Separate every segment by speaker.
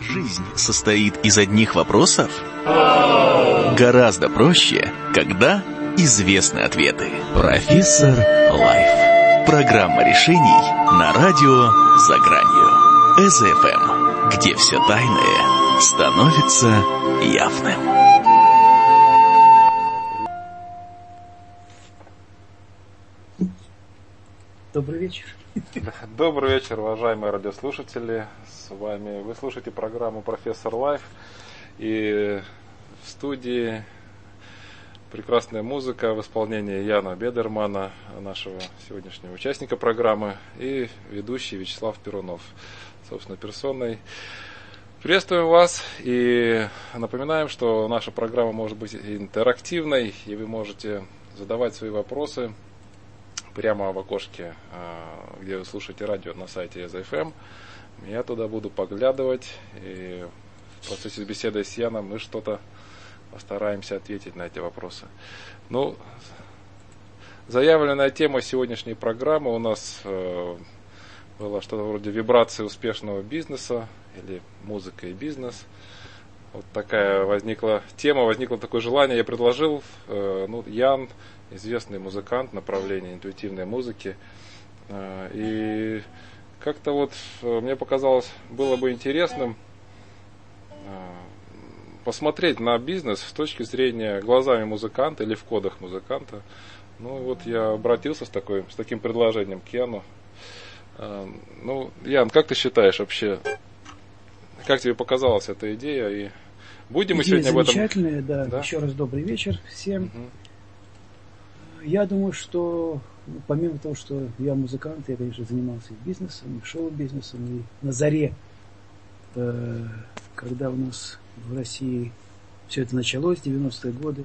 Speaker 1: Жизнь состоит из одних вопросов? Гораздо проще, когда известны ответы. Профессор Лайф. Программа решений на радио «За гранью». СФМ, где все тайное становится явным.
Speaker 2: Добрый вечер.
Speaker 3: Добрый вечер, уважаемые радиослушатели. С вами вы слушаете программу «Профессор Лайф». И в студии прекрасная музыка в исполнении Яна Бедермана, нашего сегодняшнего участника программы, и ведущий Вячеслав Перунов, собственной персоной. Приветствуем вас и напоминаем, что наша программа может быть интерактивной, и вы можете задавать свои вопросы прямо в окошке, где вы слушаете радио на сайте СФМ. Я туда буду поглядывать, и в процессе беседы с Яном мы что-то постараемся ответить на эти вопросы. Ну, заявленная тема сегодняшней программы у нас была что-то вроде вибрации успешного бизнеса или музыка и бизнес. Вот такая возникла тема, возникло такое желание, я предложил. Ян, известный музыкант направления интуитивной музыки. И как-то вот мне показалось, было бы интересным посмотреть на бизнес с точки зрения глазами музыканта или в кодах музыканта. Ну вот я обратился с таким предложением к Яну. Ян, как ты считаешь вообще, как тебе показалась эта идея? И будем мы сегодня об этом...
Speaker 2: Замечательная, да. Еще раз добрый вечер всем. Угу. Я думаю, что помимо того, что я музыкант, я, конечно, занимался и бизнесом, и шоу-бизнесом, и на заре, когда у нас в России все это началось, 90-е годы,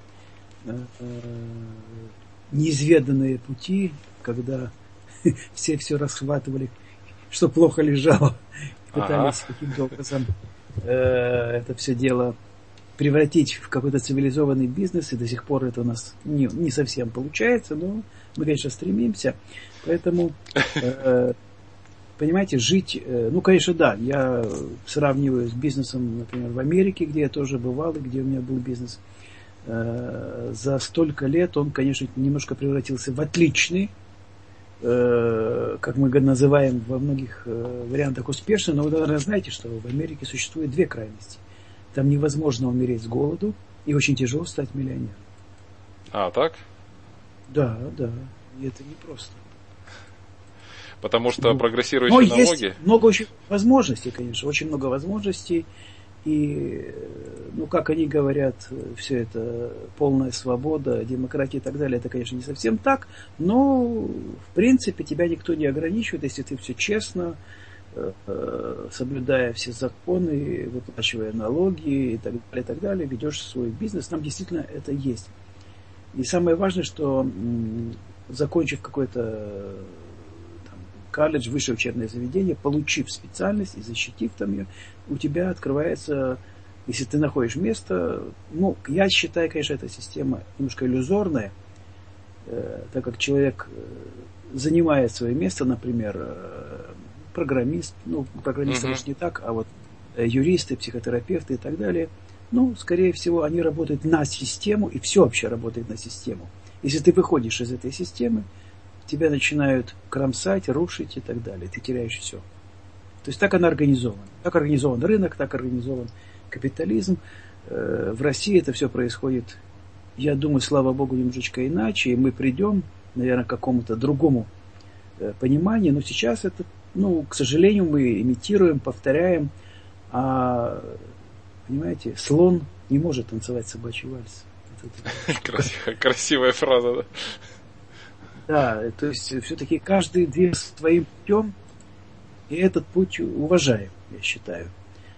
Speaker 2: неизведанные пути, когда все расхватывали, что плохо лежало, пытались каким-то образом это все дело превратить в какой-то цивилизованный бизнес, и до сих пор это у нас не совсем получается, но мы, конечно, стремимся. Поэтому, понимаете, жить, конечно, да, я сравниваю с бизнесом, например, в Америке, где я тоже бывал, и где у меня был бизнес. За столько лет он, конечно, немножко превратился в отличный, как мы называем во многих вариантах успешный, но вы, наверное, знаете, что в Америке существует две крайности. Там невозможно умереть с голоду, и очень тяжело стать миллионером.
Speaker 3: Так? Да,
Speaker 2: и это непросто.
Speaker 3: Потому что прогрессирующие налоги...
Speaker 2: Есть много очень возможностей, конечно, очень много возможностей. И, как они говорят, все это полная свобода, демократия и так далее, это, конечно, не совсем так, но, в принципе, тебя никто не ограничивает, если ты все честно, соблюдая все законы, выплачивая налоги и так далее, ведешь свой бизнес, там действительно это есть. И самое важное, что, закончив какой-то колледж, высшее учебное заведение, получив специальность и защитив там ее, у тебя открывается, если ты находишь место, я считаю, конечно, эта система немножко иллюзорная, так как человек занимает свое место, например, программист, программисты, может, не так, а вот юристы, психотерапевты и так далее, скорее всего, они работают на систему, и все вообще работает на систему. Если ты выходишь из этой системы, тебя начинают кромсать, рушить и так далее. Ты теряешь все. То есть так она организована. Так организован рынок, так организован капитализм. В России это все происходит, я думаю, слава богу, немножечко иначе. И мы придем, наверное, к какому-то другому пониманию. Но сейчас это, к сожалению, мы имитируем, повторяем. А, понимаете, слон не может танцевать собачий вальс.
Speaker 3: Красивая фраза, да?
Speaker 2: Да, то есть все-таки каждый движется своим путем, и этот путь уважаем, я считаю.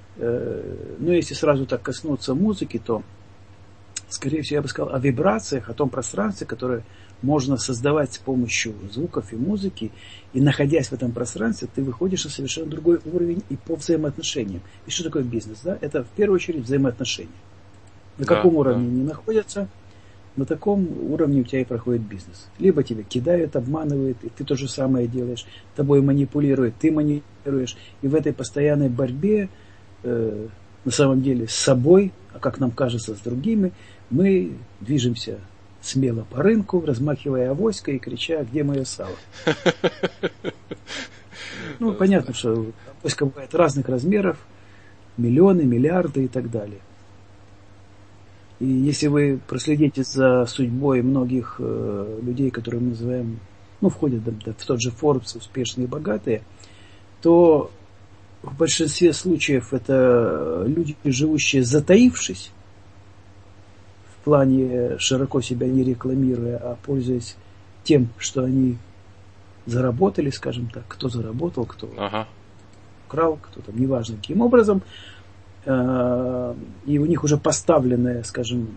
Speaker 2: Но если сразу так коснуться музыки, то, скорее всего, я бы сказал о вибрациях, о том пространстве, которое можно создавать с помощью звуков и музыки, и находясь в этом пространстве, ты выходишь на совершенно другой уровень и по взаимоотношениям. И что такое бизнес? Да? Это в первую очередь взаимоотношения. На каком уровне они находятся, на таком уровне у тебя и проходит бизнес. Либо тебя кидают, обманывают, и ты то же самое делаешь, тобой манипулируют, ты манипулируешь. И в этой постоянной борьбе на самом деле с собой, а как нам кажется, с другими, мы движемся смело по рынку, размахивая авоськой и крича: где мое сало? Ну, понятно, что авоська бывает разных размеров, миллионы, миллиарды и так далее. И если вы проследите за судьбой многих людей, которые мы называем, ну, входят в тот же Forbes, успешные и богатые, то в большинстве случаев это люди, живущие затаившись, в плане широко себя не рекламируя, а пользуясь тем, что они заработали, скажем так, кто заработал, кто украл, кто там, неважно каким образом, и у них уже поставленная, скажем,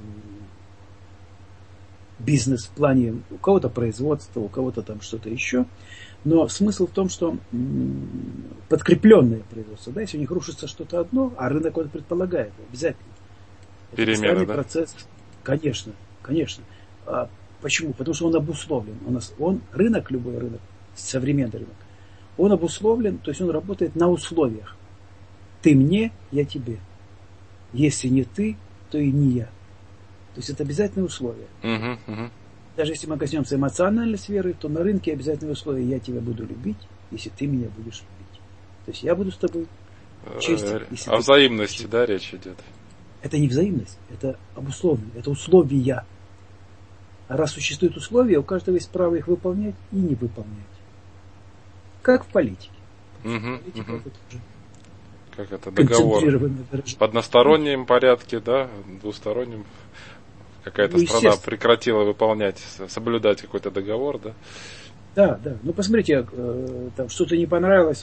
Speaker 2: бизнес в плане у кого-то производства, у кого-то там что-то еще. Но смысл в том, что подкрепленное производство, да, если у них рушится что-то одно, а рынок он предполагает обязательно.
Speaker 3: Перемены, да?
Speaker 2: Процесс. Конечно, конечно. Почему? Потому что он обусловлен. Рынок, любой рынок, современный рынок, он обусловлен, то есть он работает на условиях. Ты мне, я тебе. Если не ты, то и не я. То есть это обязательное условие. Даже если мы коснемся эмоциональной сферы, то на рынке обязательное условие: я тебя буду любить, если ты меня будешь любить. То есть я буду с тобой честен.
Speaker 3: О взаимности, да, речь идет?
Speaker 2: Это не взаимность, это обусловлено, это условия. А раз существуют условия, у каждого есть право их выполнять и не выполнять. Как в политике. Политика это тоже.
Speaker 3: Как это, договор в одностороннем порядке, да, двустороннем. Какая-то страна прекратила выполнять, соблюдать какой-то договор, да?
Speaker 2: Да, да. Ну, посмотрите, там что-то не понравилось,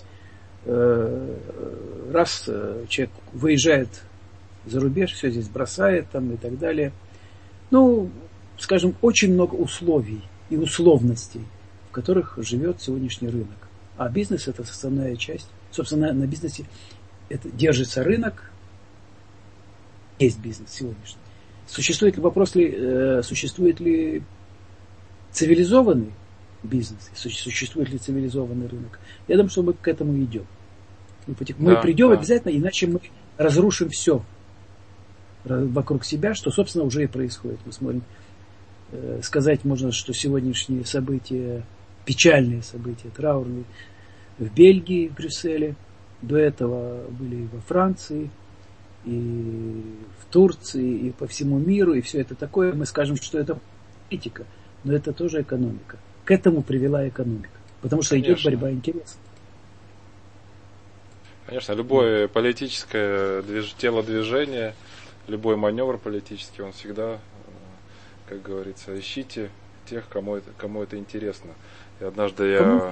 Speaker 2: раз человек выезжает за рубеж, все здесь бросает там и так далее. Ну, скажем, очень много условий и условностей, в которых живет сегодняшний рынок. А бизнес – это составная часть. Собственно, на бизнесе это держится рынок, есть бизнес сегодняшний. Существует ли вопрос, существует ли цивилизованный бизнес, существует ли цивилизованный рынок? Я думаю, что мы к этому идем. Мы придем обязательно, иначе мы разрушим все вокруг себя, что, собственно, уже и происходит. Мы смотрим, сказать можно, что сегодняшние события, печальные события, траурные, в Бельгии, в Брюсселе, до этого были и во Франции, и в Турции, и по всему миру, и все это такое. Мы скажем, что это политика, но это тоже экономика. К этому привела экономика, потому что идет борьба интересов.
Speaker 3: Конечно, любое политическое телодвижение, любой маневр политический, он всегда, как говорится, ищите тех, кому это интересно. И однажды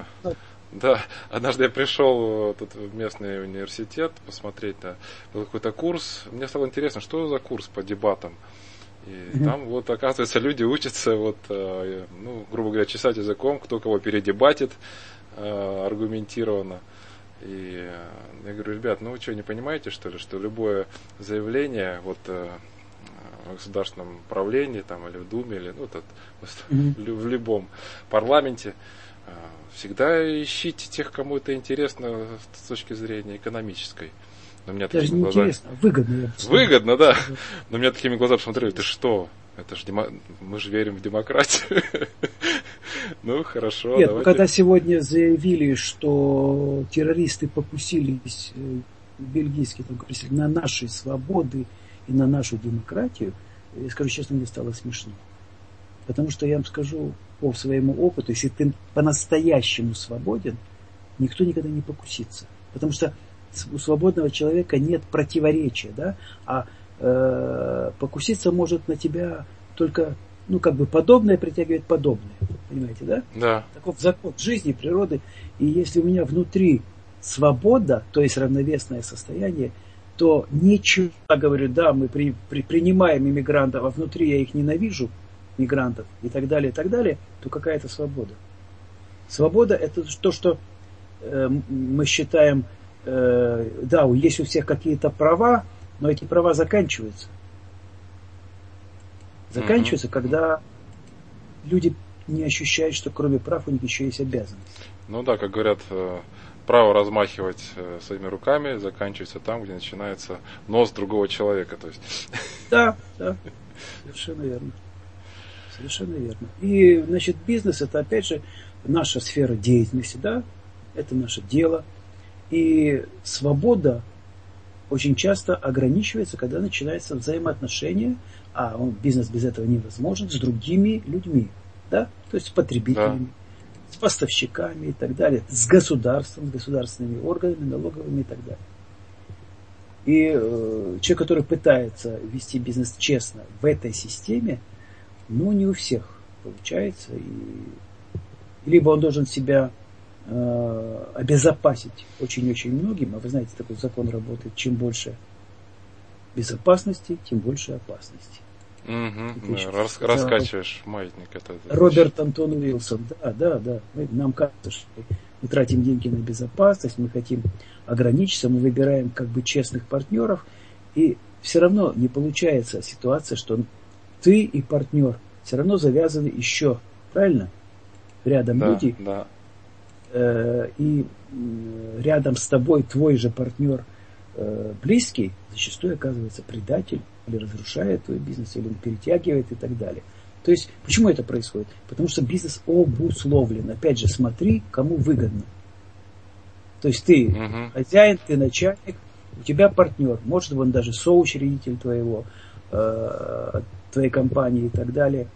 Speaker 3: я пришел тут в местный университет посмотреть, был какой-то курс. Мне стало интересно, что за курс по дебатам. И там вот, оказывается, люди учатся, грубо говоря, чесать языком, кто кого передебатит аргументированно. И я говорю: ребят, вы что, не понимаете, что ли, что любое заявление в государственном правлении там, или в Думе, или в любом парламенте, всегда ищите тех, кому это интересно с точки зрения экономической. Но меня
Speaker 2: даже не интересно, выгодно.
Speaker 3: Выгодно, да. Но меня такими глазами посмотрели: ты что? Это ж мы же верим в демократию. Ну, хорошо.
Speaker 2: Нет, когда сегодня заявили, что террористы покусились, бельгийские, на наши свободы и на нашу демократию, я скажу честно, мне стало смешно. Потому что я вам скажу по своему опыту, если ты по-настоящему свободен, никто никогда не покусится. Потому что у свободного человека нет противоречия, да? А покуситься может на тебя только, подобное притягивает подобное. Понимаете, да?
Speaker 3: Да.
Speaker 2: Таков закон жизни, природы. И если у меня внутри свобода, то есть равновесное состояние, то ничего, говорю, да, мы принимаем иммигрантов, а внутри я их ненавижу, мигрантов и так далее, то какая это свобода? Свобода – это то, что мы считаем, да, есть у всех какие-то права, но эти права заканчиваются. Заканчиваются, когда люди не ощущают, что кроме прав у них еще есть обязанности.
Speaker 3: Ну да, как говорят, право размахивать своими руками заканчивается там, где начинается нос другого человека. То есть.
Speaker 2: Да, совершенно верно. Совершенно верно. И, значит, бизнес — это, опять же, наша сфера деятельности, да, это наше дело. И свобода очень часто ограничивается, когда начинается взаимоотношения, а бизнес без этого невозможен, с другими людьми, да, то есть с потребителями, с поставщиками и так далее, с государством, с государственными органами, налоговыми и так далее. И человек, который пытается вести бизнес честно в этой системе, не у всех получается. И либо он должен себя обезопасить очень-очень многим, а вы знаете, такой закон работает: чем больше безопасности, тем больше опасности.
Speaker 3: Раскачиваешь маятник.
Speaker 2: Роберт Антон Уилсон. Да. Нам кажется, что мы тратим деньги на безопасность, мы хотим ограничиться, мы выбираем как бы честных партнеров, и все равно не получается ситуация, что ты и партнер все равно завязаны еще, правильно? Рядом люди.
Speaker 3: Да.
Speaker 2: И рядом с тобой твой же партнер близкий зачастую оказывается предатель, или разрушает твой бизнес, или он перетягивает и так далее. То есть, почему это происходит? Потому что бизнес обусловлен. Опять же, смотри, кому выгодно. То есть ты хозяин, ты начальник, у тебя партнер, может быть, он даже соучредитель твоей компании и так далее.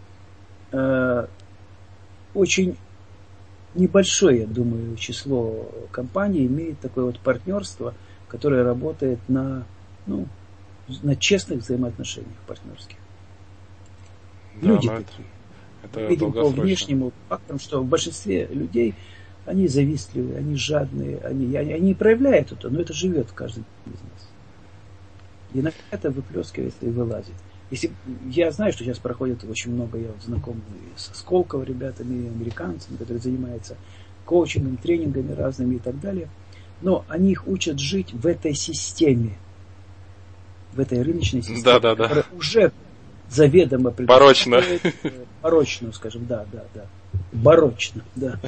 Speaker 2: Очень небольшое, я думаю, число компаний имеет такое вот партнерство, которое работает на честных взаимоотношениях партнерских.
Speaker 3: Да,
Speaker 2: Люди такие.
Speaker 3: Это
Speaker 2: видим по внешнему фактам, что в большинстве людей они завистливые, они жадные, они не проявляют это, но это живет в каждом бизнесе. И на это выплескивается и вылазит. Я знаю, что сейчас проходит очень много, я знаком со Сколково ребятами, американцами, которые занимаются коучингом, тренингами разными и так далее. Но они их учат жить в этой системе, в этой рыночной системе, которая уже заведомо порочную, скажем, да. Барочно, да.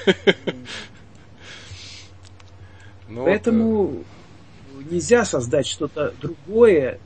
Speaker 2: Поэтому нельзя создать что-то другое,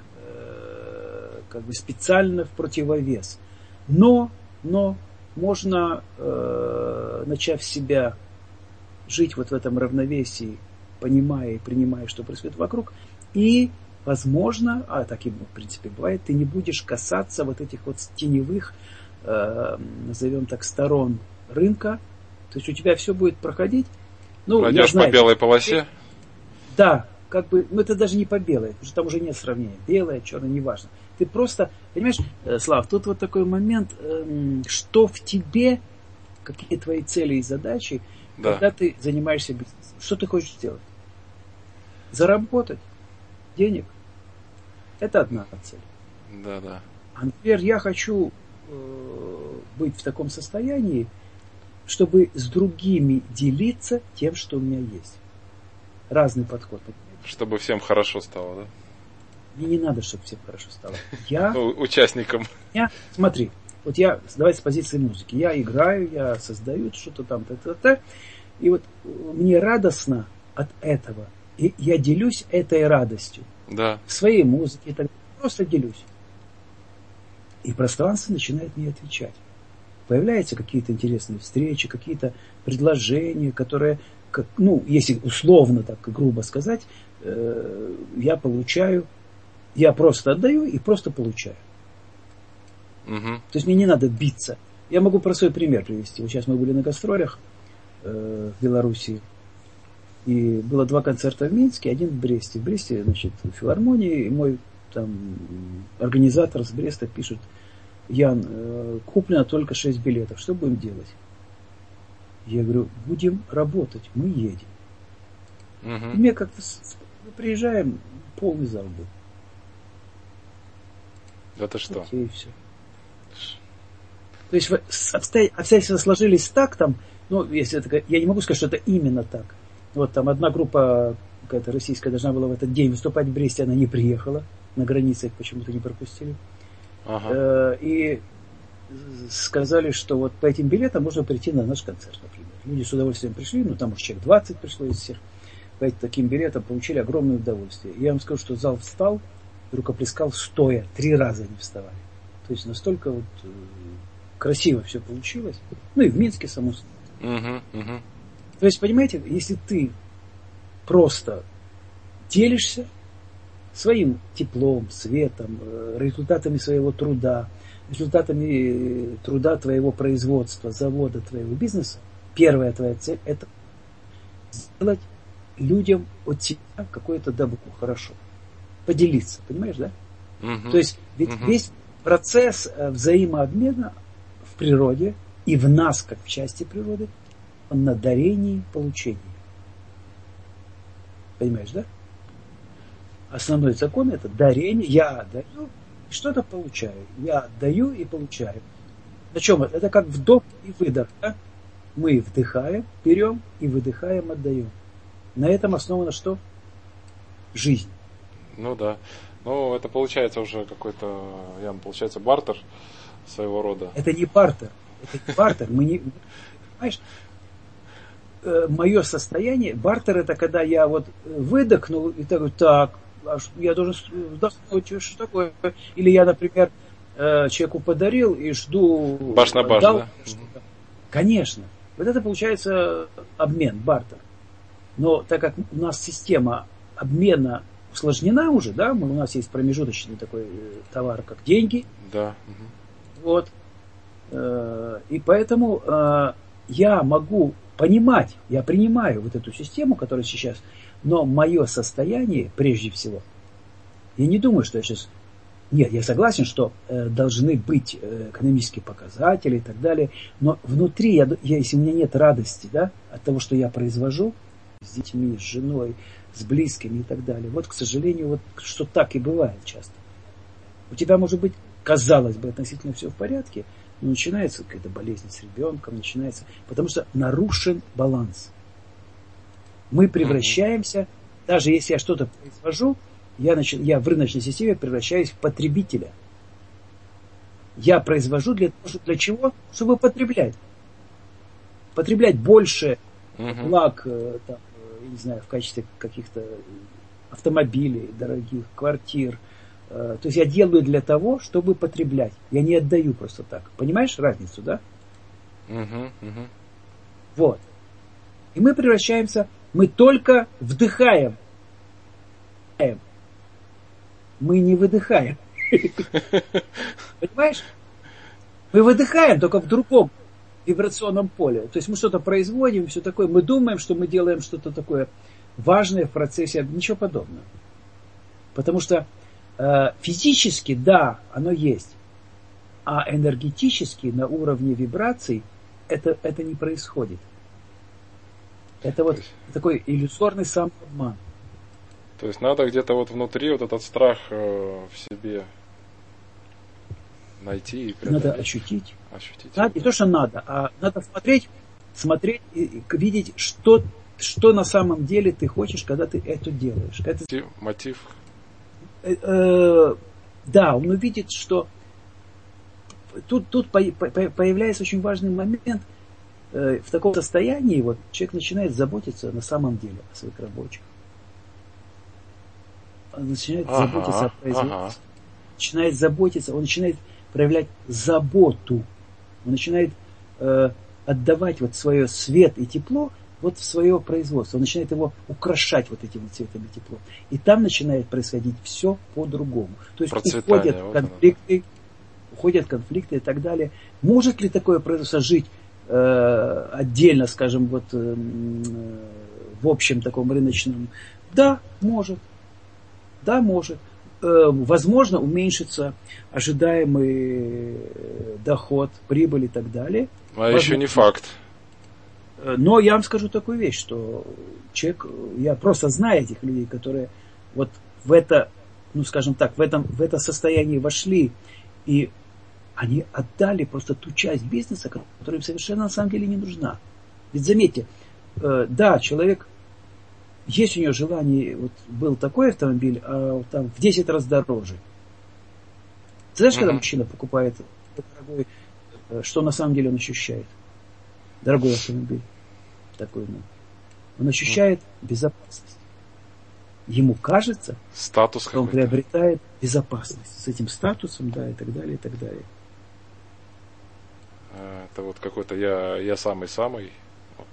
Speaker 2: как бы специально в противовес. Но можно, начав себя жить вот в этом равновесии, понимая и принимая, что происходит вокруг, и, возможно, так и в принципе бывает, ты не будешь касаться вот этих вот теневых, назовем так, сторон рынка. То есть у тебя все будет проходить.
Speaker 3: Пройдешь по белой полосе?
Speaker 2: Да, как бы, это даже не по белой, потому что там уже нет сравнения. Белое, черное, неважно. Ты просто, понимаешь, Слав, тут вот такой момент, что в тебе, какие твои цели и задачи, когда ты занимаешься бизнесом. Что ты хочешь сделать? Заработать денег. Это одна цель.
Speaker 3: Да.
Speaker 2: А, например, я хочу быть в таком состоянии, чтобы с другими делиться тем, что у меня есть. Разный подход.
Speaker 3: Чтобы всем хорошо стало, да?
Speaker 2: Мне не надо, чтобы всем хорошо стало.
Speaker 3: Участникам.
Speaker 2: Смотри, давай с позиции музыки. Я играю, я создаю что-то там, и вот мне радостно от этого. И я делюсь этой радостью.
Speaker 3: Да.
Speaker 2: В своей музыке. Просто делюсь. И пространство начинает мне отвечать. Появляются какие-то интересные встречи, какие-то предложения, которые, если условно так грубо сказать, я получаю, я просто отдаю и просто получаю. То есть мне не надо биться. Я могу простой пример привести. Вот сейчас мы были на гастролях в Белоруссии. И было 2 концерта в Минске, 1 в Бресте. В Бресте, значит, в филармонии, и мой организатор с Бреста пишет: Ян, куплено только 6 билетов, что будем делать? Я говорю: будем работать, мы едем. И мне как-то, мы приезжаем, полный зал был.
Speaker 3: Это что?
Speaker 2: И все. То есть обстоятельства сложились так там, если это, я не могу сказать, что это именно так. Вот там одна группа какая-то российская должна была в этот день выступать в Бресте, она не приехала, на границе их почему-то не пропустили. И сказали, что вот по этим билетам можно прийти на наш концерт, например. Люди с удовольствием пришли, там уж человек 20 пришло из всех. По таким билетам получили огромное удовольствие. Я вам скажу, что зал встал, рукоплескал стоя, 3 раза не вставали. То есть настолько вот красиво все получилось. Ну и в Минске, само собой. То есть, понимаете, если ты просто делишься своим теплом, светом, результатами своего труда, результатами труда твоего производства, завода, твоего бизнеса, первая твоя цель – это сделать людям от тебя какое-то добро, хорошо. Поделиться, понимаешь, да? То есть, ведь весь процесс взаимообмена в природе и в нас, как в части природы, он на дарении и получении. Понимаешь, да? Основной закон – это дарение. Я отдаю, что-то получаю. Я отдаю и получаю. На чем это? Это как вдох и выдох. Да? Мы вдыхаем, берем и выдыхаем, отдаем. На этом основано что? Жизнь.
Speaker 3: Ну да. Ну, это получается уже какой-то, Ян, получается бартер своего рода.
Speaker 2: Это не бартер. Это не бартер. Мы не, понимаешь? Мое состояние, бартер это когда я вот выдохнул и так, я должен вдохнуть, что такое? Или я, например, человеку подарил и жду...
Speaker 3: Баш на баш, да?
Speaker 2: Конечно. Вот это получается обмен, бартер. Но так как у нас система обмена усложнена уже, да, у нас есть промежуточный такой товар, как деньги.
Speaker 3: Да.
Speaker 2: Вот. И поэтому я могу понимать, я принимаю вот эту систему, которая сейчас, но мое состояние, прежде всего, я не думаю, что я сейчас... Нет, я согласен, что должны быть экономические показатели и так далее, но внутри, если у меня нет радости, да, от того, что я произвожу с детьми, с женой, с близкими и так далее, вот, к сожалению, вот что так и бывает часто. У тебя, может быть, казалось бы, относительно все в порядке, но начинается какая-то болезнь с ребенком, начинается, потому что нарушен баланс. Мы превращаемся, даже если я что-то произвожу, я в рыночной системе превращаюсь в потребителя. Я произвожу для чего? Чтобы потреблять. Потреблять больше благ, там, я не знаю, в качестве каких-то автомобилей дорогих, квартир. То есть я делаю для того, чтобы потреблять. Я не отдаю просто так. Понимаешь разницу, да? Вот. И мы превращаемся, мы только вдыхаем. Мы не выдыхаем. Понимаешь? Мы выдыхаем только в другом вибрационном поле. То есть мы что-то производим, все такое. Мы думаем, что мы делаем что-то такое важное в процессе. Ничего подобного. Потому что физически, да, оно есть. А энергетически, на уровне вибраций, это не происходит. Это вот такой иллюзорный самообман.
Speaker 3: То есть надо где-то вот внутри вот этот страх в себе найти и преодолеть.
Speaker 2: Надо ощутить. Надо, не то, что надо, а надо смотреть и видеть, что на самом деле ты хочешь, когда ты это делаешь.
Speaker 3: Мотив.
Speaker 2: Да, он увидит, что тут появляется очень важный момент. В таком состоянии вот человек начинает заботиться на самом деле о своих рабочих. Он начинает заботиться о производстве. Начинает заботиться, он начинает проявлять заботу. Он начинает отдавать вот свое свет и тепло вот в свое производство. Он начинает его украшать вот этим цветом и теплом. И там начинает происходить все по-другому. То есть уходят конфликты и так далее. Может ли такое производство жить отдельно, скажем, вот в общем таком рыночном? Да, может. Да, может. Возможно, уменьшится ожидаемый доход, прибыль и так далее.
Speaker 3: А еще не факт.
Speaker 2: Но я вам скажу такую вещь, что человек, я просто знаю этих людей, которые вот в это, ну скажем так, в это состояние вошли, и они отдали просто ту часть бизнеса, которая им совершенно на самом деле не нужна. Ведь заметьте, да, человек, есть у него желание, вот был такой автомобиль, а там в 10 раз дороже. Знаешь, когда мужчина покупает дорогой что на самом деле он ощущает. Дорогой автомобиль. Такой, он ощущает безопасность. Ему кажется,
Speaker 3: статус
Speaker 2: что он
Speaker 3: какой-то.
Speaker 2: приобретает безопасность с этим статусом, да, и так далее, и так далее.
Speaker 3: Это вот какой-то я самый-самый, вот,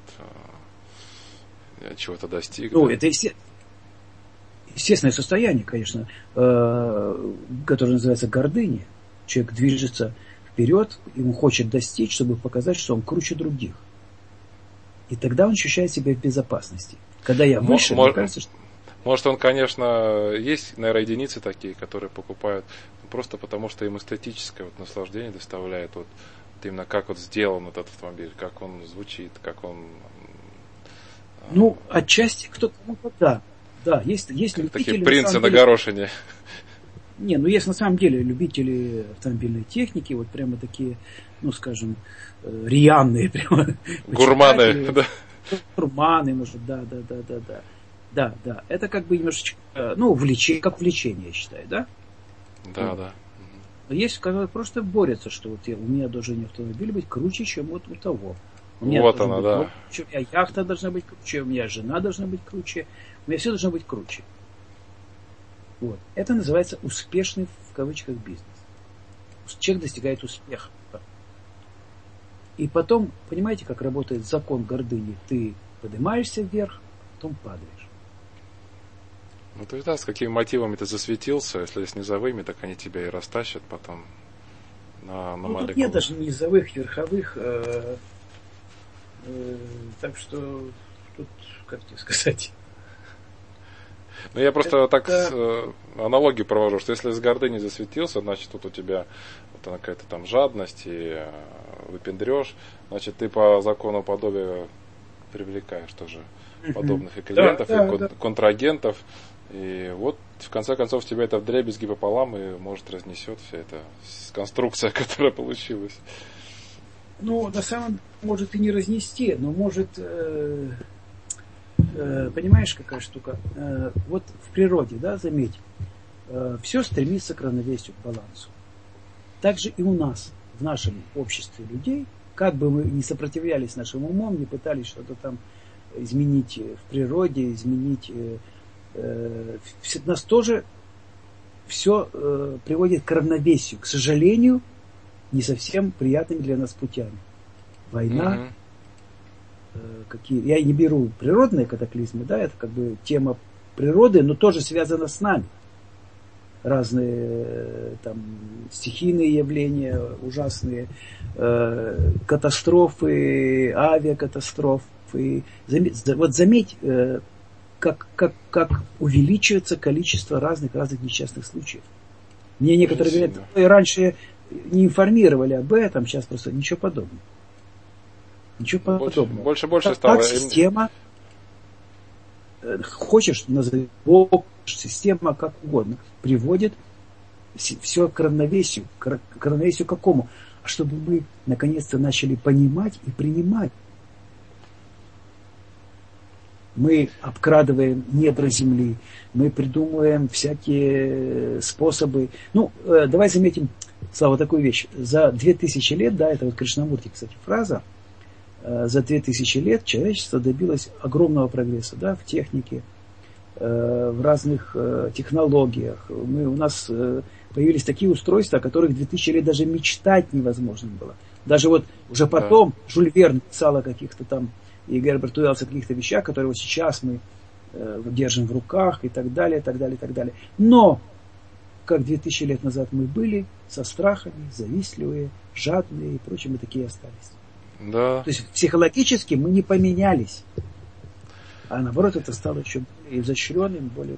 Speaker 3: я чего-то достиг.
Speaker 2: Ну,
Speaker 3: да.
Speaker 2: это естественное состояние, конечно, которое называется гордыня. Человек движется вперед, ему хочет достичь, чтобы показать, что он круче других. И тогда он ощущает себя в безопасности. Когда я выше, мне кажется, что...
Speaker 3: Может, он, конечно, есть, наверное, единицы такие, которые покупают просто потому, что им эстетическое вот наслаждение доставляет вот именно как вот сделан этот автомобиль, как он звучит, как он...
Speaker 2: Ну, отчасти кто-то, да. Да, есть любители...
Speaker 3: Такие принцы на горошине.
Speaker 2: Не, ну есть на самом деле любители автомобильной техники, вот прямо такие, ну скажем, рьяные прямо.
Speaker 3: Гурманы, да.
Speaker 2: Гурманы, может, да. Да. Это как бы немножечко, ну, как увлечение, я считаю, да?
Speaker 3: Да.
Speaker 2: Есть, которые просто борются, что вот у меня должен автомобиль быть круче, чем вот у того. У меня
Speaker 3: вот она, да.
Speaker 2: Круче, у меня яхта должна быть круче, у меня жена должна быть круче, у меня все должно быть круче. Вот. Это называется успешный, в кавычках, бизнес. Человек достигает успеха. И потом, понимаете, как работает закон гордыни? Ты поднимаешься вверх, потом падаешь.
Speaker 3: Ну, то есть, да, с какими мотивами ты засветился, если с низовыми, так они тебя и растащат потом на молекулы.
Speaker 2: Тут нет даже низовых, верховых, так что тут, как тебе сказать...
Speaker 3: Ну, я просто так аналогию провожу, что если с гордыней засветился, значит, тут у тебя вот она какая-то там жадность и выпендрешь, значит, ты по закону подобия привлекаешь тоже подобных и клиентов, и контрагентов. И вот, в конце концов, тебя это вдребезги пополам и, может, разнесет вся эта конструкция, которая получилась.
Speaker 2: Ну, на самом деле, может и не разнести, но может... понимаешь, какая штука? Вот в природе, да, заметь, все стремится к равновесию, к балансу. Также и у нас, в нашем обществе людей, как бы мы ни сопротивлялись нашим умом, не пытались что-то там изменить в природе, изменить... нас тоже все приводит к равновесию, к сожалению, не совсем приятными для нас путями. Война, я не беру природные катаклизмы, да, это как бы тема природы, но тоже связана с нами. Разные там стихийные явления, ужасные катастрофы, авиакатастрофы. Вот заметь, как увеличивается количество разных несчастных случаев. Мне некоторые говорят, раньше не информировали об этом, сейчас просто ничего подобного. Ничего подобного.
Speaker 3: Больше стало.
Speaker 2: Так система, хочешь назови, система как угодно, приводит все к равновесию. К равновесию какому? А чтобы мы наконец-то начали понимать и принимать. Мы обкрадываем недра земли, мы придумываем всякие способы. Ну, давай заметим, Слава, такую вещь. За 2000 лет, да, это вот Кришнамурти, кстати, фраза, за 2000 лет человечество добилось огромного прогресса, да, в технике, в разных технологиях. У нас появились такие устройства, о которых 2000 лет даже мечтать невозможно было. Даже вот уже потом Жюль Верн писал о каких-то там, и Герберт Уэллс о каких-то вещах, которые вот сейчас мы держим в руках и так далее, и так далее, и так далее. Но, как 2000 лет назад мы были, со страхами, завистливые, жадные и прочее, мы такие остались.
Speaker 3: Да.
Speaker 2: То есть психологически мы не поменялись. А наоборот, это стало еще более изощренным, более...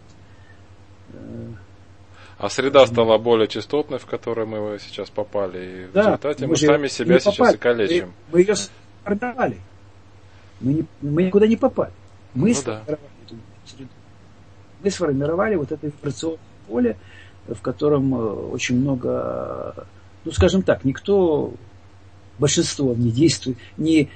Speaker 3: А среда стала более частотной, в которую мы сейчас попали. И в результате мы сами себя сейчас и калечим.
Speaker 2: Мы ее сформировали. Мы никуда не попали. Мы сформировали эту среду. Мы сформировали вот это информационное поле, в котором очень много, ну скажем так, большинство не действует, не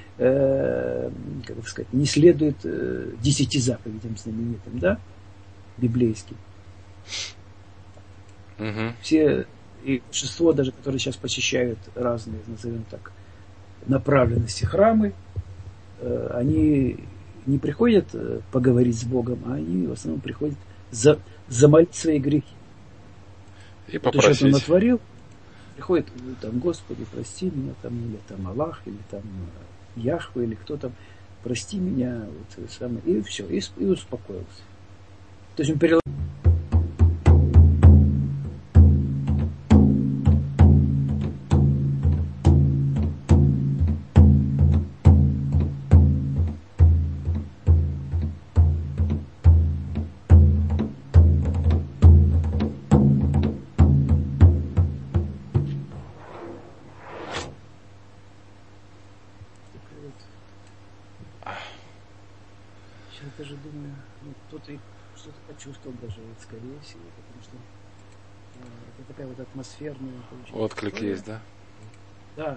Speaker 2: следует 10 заповедям знаменитым, да, библейским.
Speaker 3: Угу.
Speaker 2: Все и большинство даже, которые сейчас посещают разные, назовем так, направленности храмы, они не приходят поговорить с Богом, а они в основном приходят замолить свои грехи.
Speaker 3: И попросить.
Speaker 2: То, что он натворил, приходит, там, Господи, прости меня, там, или там Аллах, или там Яхве, или кто там, прости меня, вот, самое, и все, и успокоился. То есть он переломил. Сейчас даже думаю, кто-то что-то почувствовал даже, скорее всего, потому что это такая вот атмосферная...
Speaker 3: Отклик
Speaker 2: история.
Speaker 3: есть, да?
Speaker 2: Да.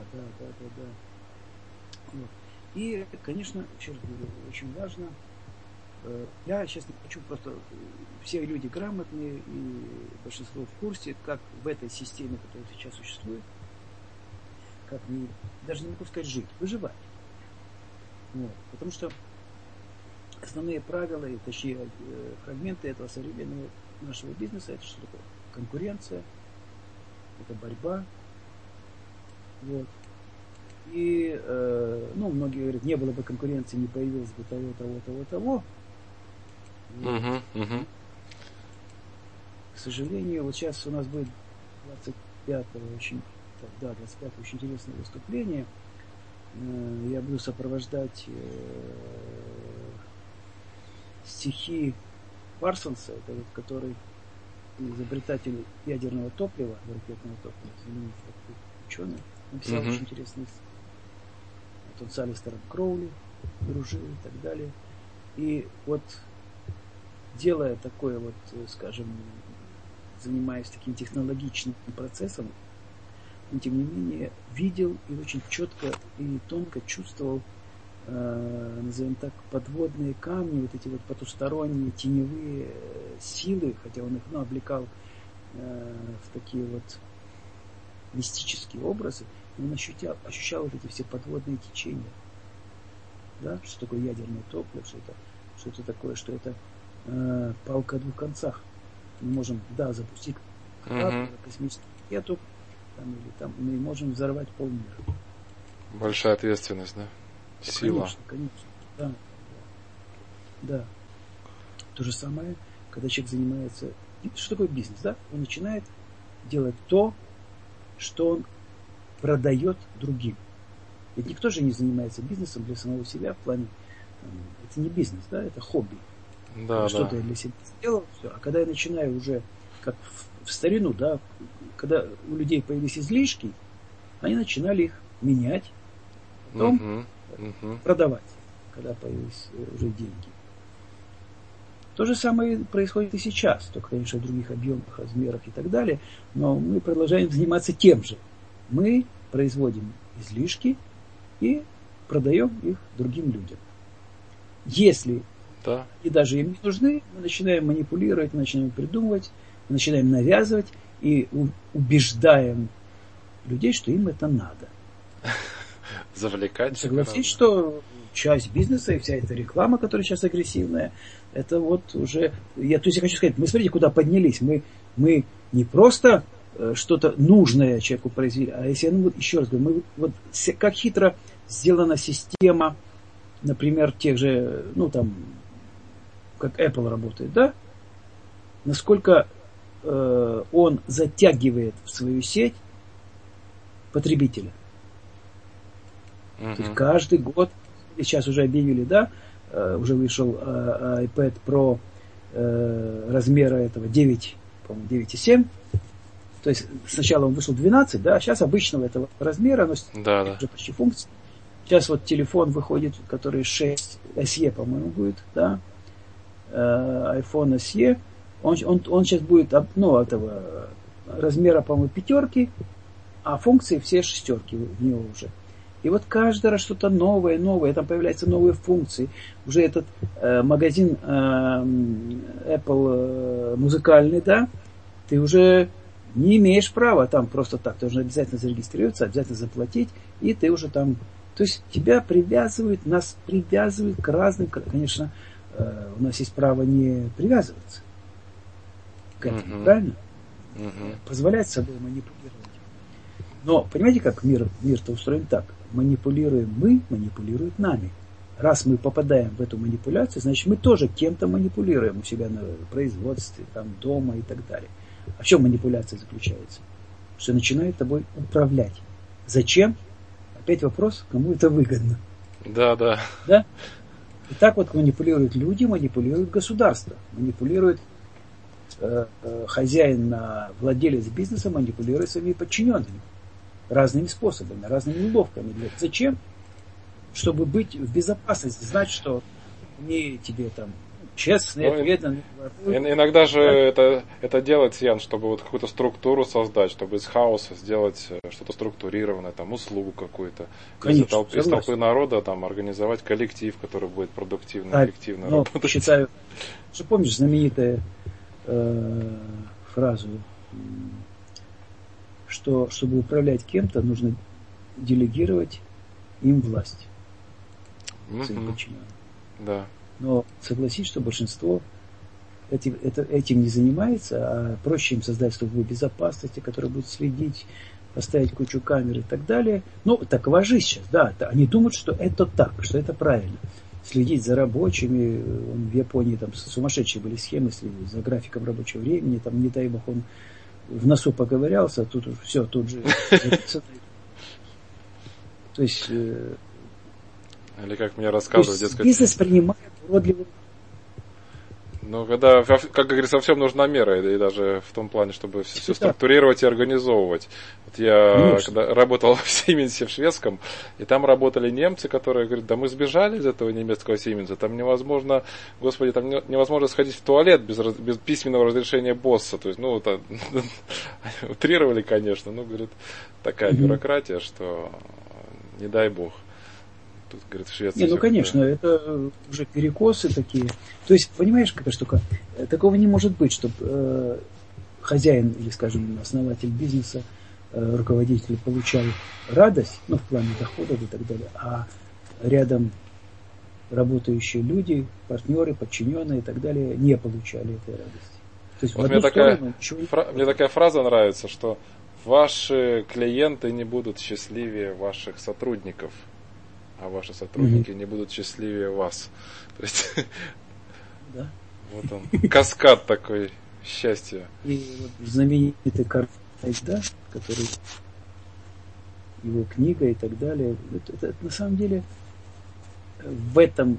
Speaker 2: Вот. И, конечно, еще раз говорю, очень важно, я сейчас не хочу просто, все люди грамотные и большинство в курсе, как в этой системе, которая сейчас существует, как даже не могу сказать жить, выживать. Вот. Потому что основные правила, и точнее фрагменты этого современного нашего бизнеса, это что такое? Конкуренция, это борьба. Вот. И, многие говорят, не было бы конкуренции, не появилось бы того. К сожалению, вот сейчас у нас будет 25-го очень интересное выступление. Я буду сопровождать стихи Парсонса, это вот, который изобретатель ядерного топлива, ракетного топлива, знаменитый ученый, написал очень интересный. Вот он с Алистером Кроули дружил и так далее. И вот делая такое вот, скажем, занимаясь таким технологичным процессом, он, тем не менее, видел и очень четко и тонко чувствовал, назовем так, подводные камни, вот эти вот потусторонние теневые силы, хотя он их облекал в такие вот мистические образы, и он ощущал вот эти все подводные течения. Да? Что такое ядерное топливо, что это такое, что это палка о двух концах. Мы можем, запустить космическую ракету, мы можем взорвать полмира.
Speaker 3: Большая ответственность, да? Сила.
Speaker 2: Конечно. Да. То же самое, когда человек занимается... Что такое бизнес, да? Он начинает делать то, что он продает другим. Ведь никто же не занимается бизнесом для самого себя в плане... Это не бизнес, да? Это хобби.
Speaker 3: Да,
Speaker 2: что-то я для себя сделал, все. А когда я начинаю уже, как в старину, да, когда у людей появились излишки, они начинали их менять, потом продавать, когда появились уже деньги. То же самое происходит и сейчас, только, конечно, в других объемах, размерах и так далее, но мы продолжаем заниматься тем же. Мы производим излишки и продаем их другим людям. Если и даже им не нужны, мы начинаем манипулировать, мы начинаем придумывать, мы начинаем навязывать и убеждаем людей, что им это надо.
Speaker 3: Завлекать.
Speaker 2: Согласись, что часть бизнеса и вся эта реклама, которая сейчас агрессивная, это вот уже... Я хочу сказать, мы смотрите, куда поднялись. Мы не просто что-то нужное человеку произвели, а если, еще раз говорю, как хитро сделана система, например, тех же, как Apple работает, да? Насколько он затягивает в свою сеть потребителя. То есть каждый год, сейчас уже объявили, да, уже вышел iPad Pro размера этого 9,7. То есть сначала он вышел 12, да, а сейчас обычного этого размера, но уже почти функция. Сейчас вот телефон выходит, который 6 SE, по-моему, будет, да, iPhone SE, он сейчас будет, этого размера, по-моему, 5, а функции все 6 в него уже. И вот каждый раз что-то новое, там появляются новые функции. Уже этот магазин Apple музыкальный, да, ты уже не имеешь права там просто так. Ты должен обязательно зарегистрироваться, обязательно заплатить, и ты уже там... То есть тебя привязывают, нас привязывают к разным... Конечно, у нас есть право не привязываться к этому, правильно? Позволять собой манипулировать. Но понимаете, как мир-то устроен так? Манипулируем мы, манипулируют нами. Раз мы попадаем в эту манипуляцию, значит, мы тоже кем-то манипулируем у себя на производстве, там, дома и так далее. А в чем манипуляция заключается? Что начинает тобой управлять. Зачем? Опять вопрос, кому это выгодно.
Speaker 3: Да.
Speaker 2: Да? И так вот манипулируют люди, манипулируют государство, манипулирует хозяин, владелец бизнеса, манипулирует своими подчиненными. Разными способами, разными уловками. Зачем? Чтобы быть в безопасности, знать, что они тебе там честные, ответные.
Speaker 3: Иногда же это делается, Ян, чтобы вот какую-то структуру создать, чтобы из хаоса сделать что-то структурированное, там, услугу какую-то.
Speaker 2: Конечно,
Speaker 3: из толпы народа там, организовать коллектив, который будет продуктивно, эффективно работать.
Speaker 2: Считаю, что помнишь знаменитую фразу, что чтобы управлять кем-то, нужно делегировать им власть. Своим подчиненным.
Speaker 3: Да.
Speaker 2: Но согласись, что большинство этим не занимается, а проще им создать службу безопасности, которая будет следить, поставить кучу камер и так далее. Ну, такова жизнь сейчас, да. Они думают, что это так, что это правильно. Следить за рабочими. В Японии там сумасшедшие были схемы, следить за графиком рабочего времени. Там, не дай бог, он в носу поковырялся, а тут все, тут же. То есть...
Speaker 3: Или как мне рассказывают, дескать...
Speaker 2: Бизнес принимает уродливый...
Speaker 3: Ну, когда, как говорится, во всем нужна мера, и даже в том плане, чтобы все структурировать и организовывать. Вот я когда работал в Сименсе в шведском, и там работали немцы, которые говорят, да мы сбежали из этого немецкого Сименса, там невозможно, господи, там невозможно сходить в туалет без письменного разрешения босса. То есть, ну, это, утрировали, конечно, но, говорит, такая бюрократия, что не дай бог. Тут, говорит, в Швеции.
Speaker 2: Ну, конечно, это уже перекосы такие. То есть, понимаешь, какая штука? Такого не может быть, чтобы хозяин или, скажем, основатель бизнеса, руководитель получал радость, ну, в плане доходов и так далее, а рядом работающие люди, партнеры, подчиненные и так далее не получали этой радости. То есть,
Speaker 3: вот мне такая фраза нравится, что ваши клиенты не будут счастливее ваших сотрудников, а ваши сотрудники не будут счастливее вас. То есть,
Speaker 2: да.
Speaker 3: Вот он, каскад такой счастья.
Speaker 2: И вот знаменитый Карл Тайда, который его книга и так далее, это на самом деле в этом,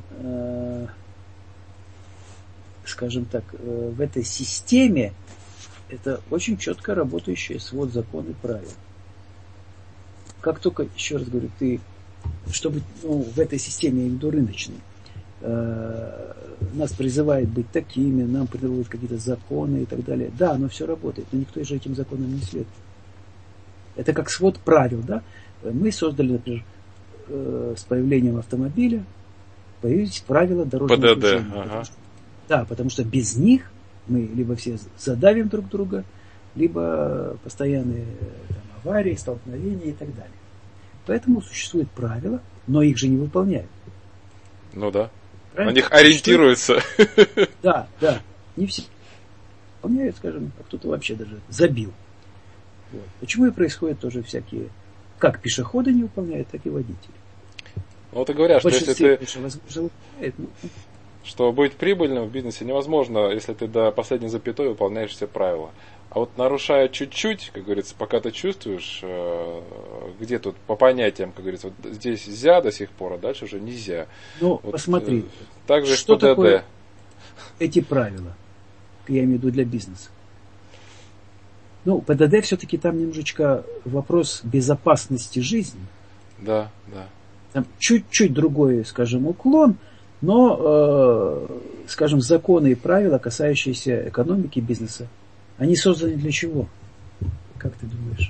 Speaker 2: скажем так, в этой системе это очень четко работающий свод закон и правил. Как только, еще раз говорю, ты чтобы в этой системе, я имею в виду рыночной, нас призывает быть такими, нам придумывают какие-то законы и так далее. Да, оно все работает, но никто же этим законам не следует. Это как свод правил, да? Мы создали, например, с появлением автомобиля появились правила дорожного движения. Потому что без них мы либо все задавим друг друга, либо постоянные аварии, столкновения и так далее. Поэтому существуют правила, но их же не выполняют.
Speaker 3: Ну да. Правильно? На них ориентируются.
Speaker 2: Да. Не все выполняют, скажем, а кто-то вообще даже забил. Вот. Почему и происходят тоже всякие, как пешеходы не выполняют, так и водители.
Speaker 3: Вот и говорят, что если ты... Что быть прибыльным в бизнесе невозможно, если ты до последней запятой выполняешь все правила. А вот нарушая чуть-чуть, как говорится, пока ты чувствуешь, где тут по понятиям, как говорится, вот здесь нельзя до сих пор, а дальше уже нельзя.
Speaker 2: Ну, вот, посмотри,
Speaker 3: так же
Speaker 2: что такое эти правила, я имею в виду для бизнеса. Ну, ПДД все-таки там немножечко вопрос безопасности жизни.
Speaker 3: Да.
Speaker 2: Там чуть-чуть другой, скажем, уклон, но, скажем, законы и правила, касающиеся экономики бизнеса, они созданы для чего? Как ты думаешь?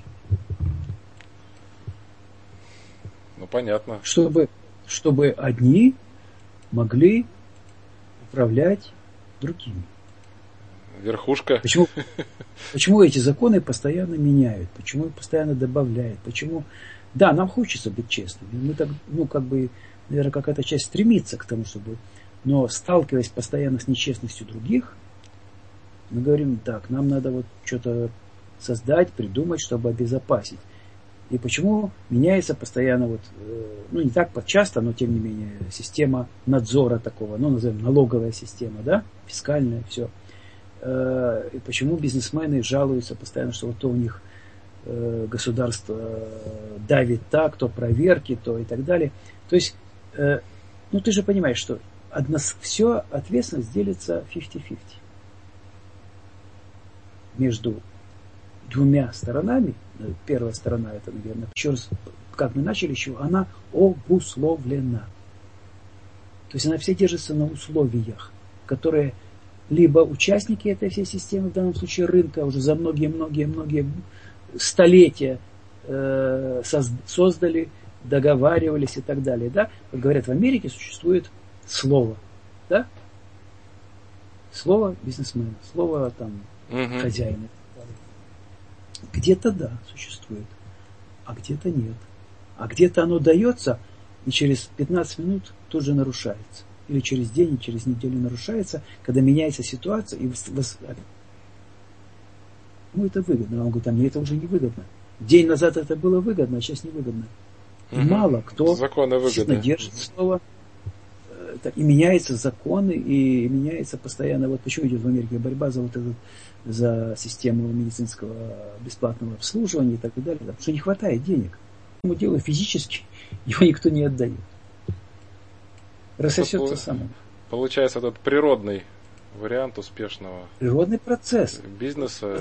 Speaker 3: Ну, понятно.
Speaker 2: Чтобы одни могли управлять другими.
Speaker 3: верхушка.
Speaker 2: Почему эти законы постоянно меняют? Почему их постоянно добавляют? Почему... Да, нам хочется быть честными. Мы так, наверное, какая-то часть стремится к тому, чтобы... Но сталкиваясь постоянно с нечестностью других, мы говорим, так, нам надо вот что-то создать, придумать, чтобы обезопасить. И почему меняется постоянно, не так часто, но тем не менее, система надзора такого, назовем налоговая система, да, фискальная, все. И почему бизнесмены жалуются постоянно, что вот то у них государство давит так, то проверки, то и так далее. То есть, ты же понимаешь, что все ответственность делится 50-50 между двумя сторонами. Первая сторона, это, наверное, еще раз, как мы начали еще, она обусловлена. То есть она вся держится на условиях, которые либо участники этой всей системы, в данном случае рынка, уже за многие столетия создали, договаривались и так далее. Да? Как говорят, в Америке существует слово. Да? Слово бизнесмена, слово хозяина. Где-то да, существует, а где-то нет. А где-то оно дается, и через 15 минут тут же нарушается. Или через день, или через неделю нарушается, когда меняется ситуация, и это выгодно. А он говорит, мне это уже не выгодно. День назад это было выгодно, а сейчас не выгодно. И мало кто действительно держит слово. И меняются законы, и меняется постоянно. Вот почему идет в Америке борьба за систему медицинского бесплатного обслуживания и так далее. Потому что не хватает денег. Этому делу физически его никто не отдает. Рассосется само.
Speaker 3: Получается, этот природный вариант успешного
Speaker 2: природный процесс
Speaker 3: бизнеса.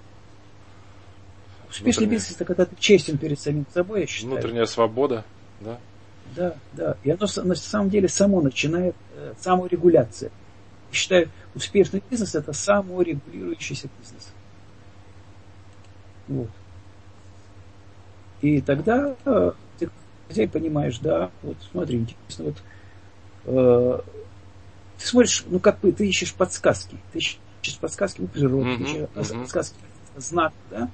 Speaker 2: Успешный бизнес, это когда ты честен перед самим собой, я считаю.
Speaker 3: Внутренняя свобода, да?
Speaker 2: Да. И оно на самом деле само начинает саморегуляция. Я считаю, успешный бизнес это саморегулирующийся бизнес. Вот. И тогда ты, хозяин, понимаешь, да, вот смотри, интересно, ты смотришь, ты ищешь подсказки. Ты ищешь подсказки у природы, ты ищешь подсказки, знак, да?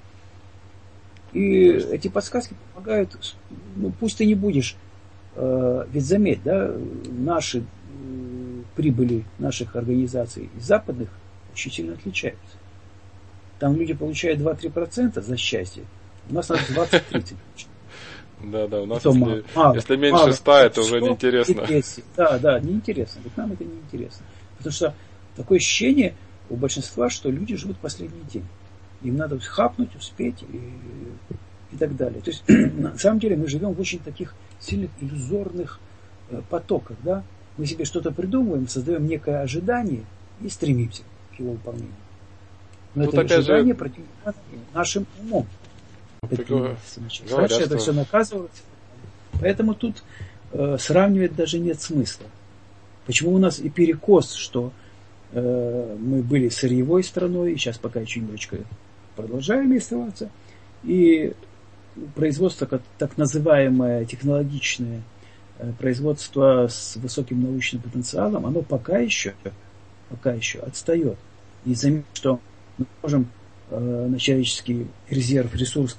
Speaker 2: И эти подсказки помогают, пусть ты не будешь, ведь заметь, да, наши прибыли наших организаций из западных очень сильно отличаются. Там люди получают 2-3% за счастье, у нас надо 20-30%.
Speaker 3: Да, у нас
Speaker 2: мало,
Speaker 3: если меньше 100, это уже неинтересно.
Speaker 2: Да, неинтересно. Ведь нам это неинтересно. Потому что такое ощущение у большинства, что люди живут последний день. Им надо хапнуть, успеть и так далее. То есть, на самом деле, мы живем в очень таких сильных иллюзорных потоках. Да? Мы себе что-то придумываем, создаем некое ожидание и стремимся к его выполнению. Но это ожидание противоположно нашим умом. Раньше это все наказывалось. Поэтому тут сравнивать даже нет смысла. Почему у нас и перекос, что мы были сырьевой страной, и сейчас пока еще немножечко продолжаем оставаться, и производство, так называемое технологичное производство с высоким научным потенциалом, оно пока еще отстает. И заметьте, что мы можем на человеческий резерв, ресурс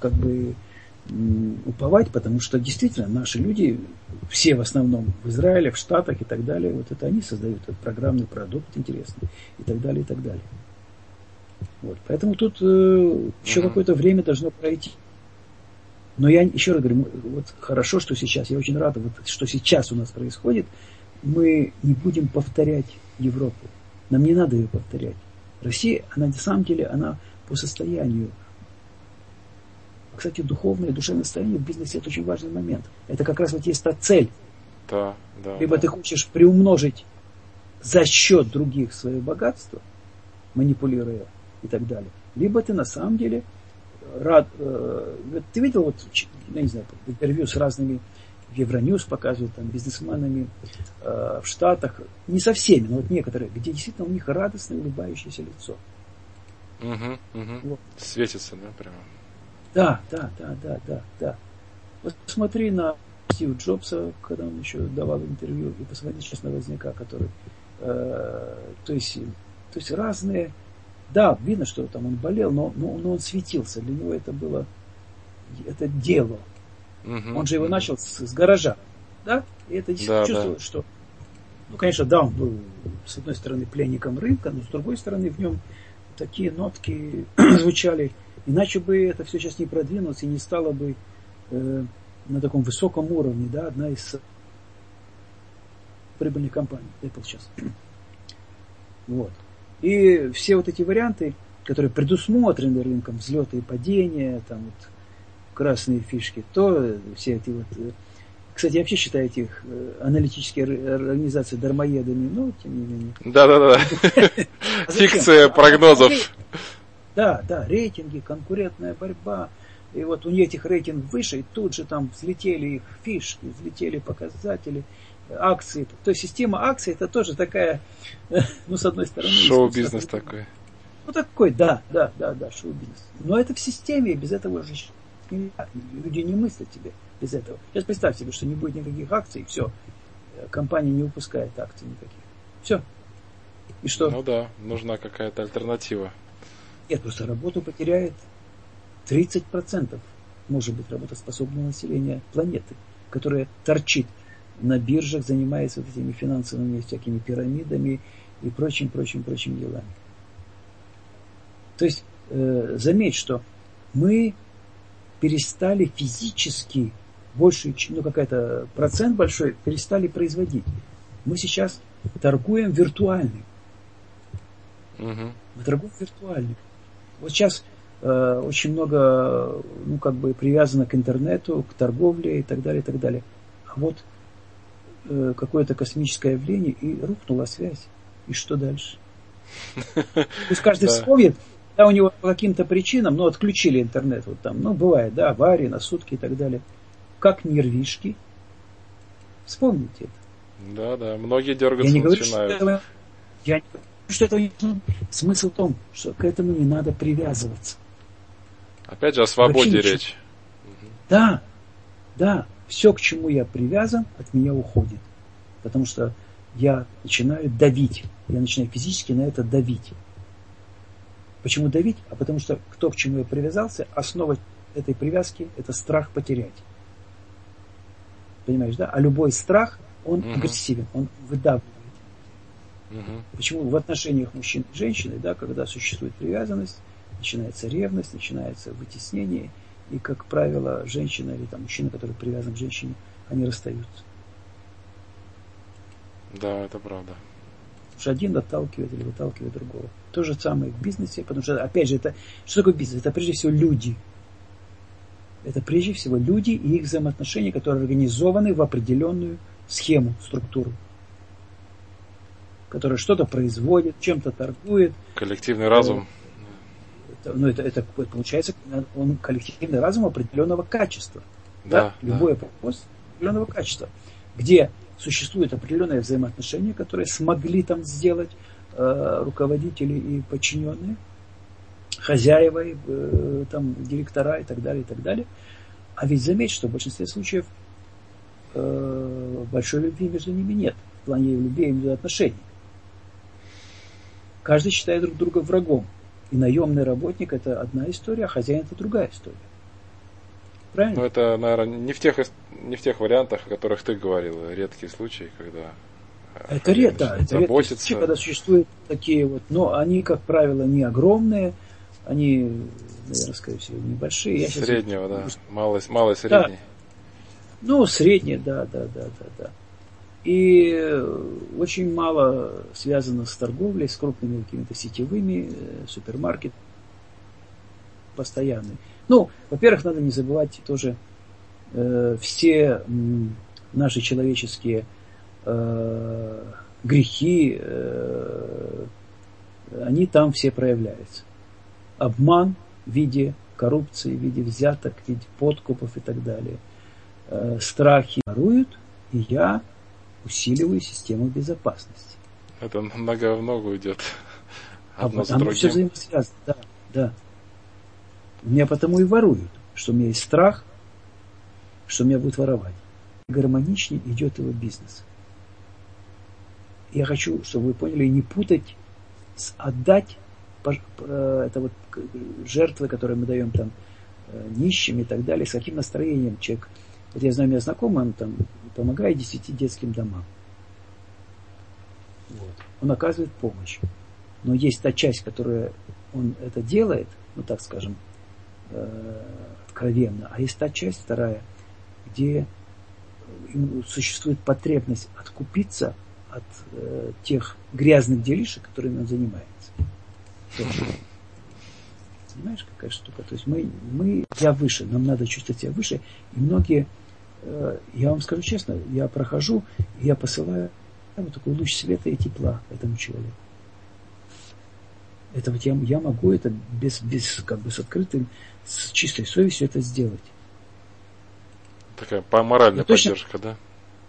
Speaker 2: уповать, потому что действительно наши люди, все в основном в Израиле, в Штатах и так далее, вот это они создают этот программный продукт интересный и так далее, и так далее. Вот. Поэтому тут еще какое-то время должно пройти. Но я еще раз говорю, вот хорошо, что сейчас, я очень рад, что сейчас у нас происходит, мы не будем повторять Европу. Нам не надо ее повторять. Россия, она на самом деле, она по состоянию. Кстати, духовное и душевное состояние в бизнесе это очень важный момент. Это как раз есть та цель.
Speaker 3: Да.
Speaker 2: Либо ты хочешь приумножить за счет других свое богатство, манипулируя и так далее. Либо ты на самом деле рад. Ты видел, я не знаю, интервью с разными, в Евроньюз показывают, там, бизнесменами в Штатах, не со всеми, но некоторые, где действительно у них радостное, улыбающееся лицо.
Speaker 3: Вот. Светится, да, прямо.
Speaker 2: Да. Вот посмотри на Стива Джобса, когда он еще давал интервью, и посмотри сейчас на Возняка, который... То есть разные Да, видно, что там он болел, но он светился. Для него это было это дело. Он же его начал с гаража. Да? И это действительно чувствовалось, что... Ну, конечно, да, он был, с одной стороны, пленником рынка, но с другой стороны, в нем такие нотки звучали. Иначе бы это все сейчас не продвинулось и не стало бы на таком высоком уровне, да, одна из прибыльных компаний Apple сейчас. Вот. И все вот эти варианты, которые предусмотрены рынком, взлеты и падения, там вот красные фишки, то все эти вот... Кстати, я вообще считаю этих аналитические организации дармоедами, но тем не менее.
Speaker 3: Да. Фикция прогнозов.
Speaker 2: Да, рейтинги, конкурентная борьба. И вот у них этих рейтингов выше, и тут же там взлетели их фишки, взлетели показатели, акции. То есть система акций это тоже такая, ну, с одной стороны...
Speaker 3: Шоу-бизнес такой.
Speaker 2: Ну, такой, да, шоу-бизнес. Но это в системе, без этого уже люди не мыслят тебе без этого. Сейчас представь себе, что не будет никаких акций, все. Компания не выпускает акций никаких. Все. И что?
Speaker 3: Ну да, нужна какая-то альтернатива.
Speaker 2: Нет, просто работу потеряет 30%, может быть, работоспособного населения планеты, которое торчит на биржах, занимается вот этими финансовыми всякими пирамидами и прочим делами. То есть, заметь, что мы перестали физически больше, ну, какой-то процент большой перестали производить. Мы сейчас торгуем виртуальным. Мы торгуем виртуальным. Вот сейчас очень много, ну, как бы привязано к интернету, к торговле и так далее, и так далее. А вот какое-то космическое явление, и рухнула связь. И что дальше? Пусть каждый вспомнит, да, у него по каким-то причинам, ну, отключили интернет, вот там, ну, бывает, да, аварии на сутки и так далее. Как нервишки. Вспомните это.
Speaker 3: Да, многие дергаться начинают.
Speaker 2: Я не говорю, что это не нужно. Смысл в том, что к этому не надо привязываться.
Speaker 3: Опять же, о свободе речь.
Speaker 2: Да. Все, к чему я привязан, от меня уходит. Потому что я начинаю давить. Я начинаю физически на это давить. Почему давить? А потому что кто к чему я привязался, основа этой привязки – это страх потерять. Понимаешь, да? А любой страх, он агрессивен, он выдавливает. Почему в отношениях мужчин и женщины, да, когда существует привязанность, начинается ревность, начинается вытеснение, и, как правило, женщина или там, мужчина, который привязан к женщине, они расстаются.
Speaker 3: Да, это правда.
Speaker 2: Потому что один отталкивает или выталкивает другого. То же самое в бизнесе, потому что, опять же, это что такое бизнес? Это прежде всего люди. Это прежде всего люди и их взаимоотношения, которые организованы в определенную схему, структуру, которая что-то производит, чем-то торгует.
Speaker 3: Коллективный разум.
Speaker 2: Это получается, он коллективный разум определенного качества.
Speaker 3: Да.
Speaker 2: Любой вопрос определенного качества, где существует определенное взаимоотношение, которое смогли там сделать руководители и подчиненные, хозяева, там, директора и так далее, и так далее. А ведь заметь, что в большинстве случаев большой любви между ними нет. В плане любви и между отношений. Каждый считает друг друга врагом. И наемный работник – это одна история, а хозяин – это другая история. Правильно?
Speaker 3: Ну, это, наверное, не в тех вариантах, о которых ты говорил. Редкие случаи, когда
Speaker 2: это редкие случаи, когда существуют такие вот, но они, как правило, не огромные, они, наверное, скорее всего, небольшие.
Speaker 3: Среднего, да. Малый средний.
Speaker 2: Да. Ну, средние, да. И очень мало связано с торговлей, с крупными какими-то сетевыми супермаркетами постоянно. Ну, во-первых, надо не забывать тоже все наши человеческие грехи, они там все проявляются. Обман в виде коррупции, в виде взяток, в виде подкупов и так далее. Страхи воруют, и я усиливаю систему безопасности.
Speaker 3: Это много в ногу идет.
Speaker 2: Одно за другим. Все взаимосвязано, да. Меня потому и воруют, что у меня есть страх, что меня будут воровать. Гармоничнее идет его бизнес. Я хочу, чтобы вы поняли, не путать с отдать это вот жертвы, которые мы даем там нищим и так далее, с каким настроением человек. Вот я знаю, у меня знакомый, он там помогает 10 детским домам. Вот. Он оказывает помощь. Но есть та часть, которая он это делает, ну так скажем, откровенно, а есть та часть, вторая, где существует потребность откупиться от тех грязных делишек, которыми он занимается. Понимаешь, какая штука? То есть я выше, нам надо чувствовать себя выше. И многие, я вам скажу честно, я прохожу, и я посылаю вот такой луч света и тепла этому человеку. Это вот я могу это без как бы с открытым, с чистой совестью это сделать.
Speaker 3: Такая моральная поддержка, да?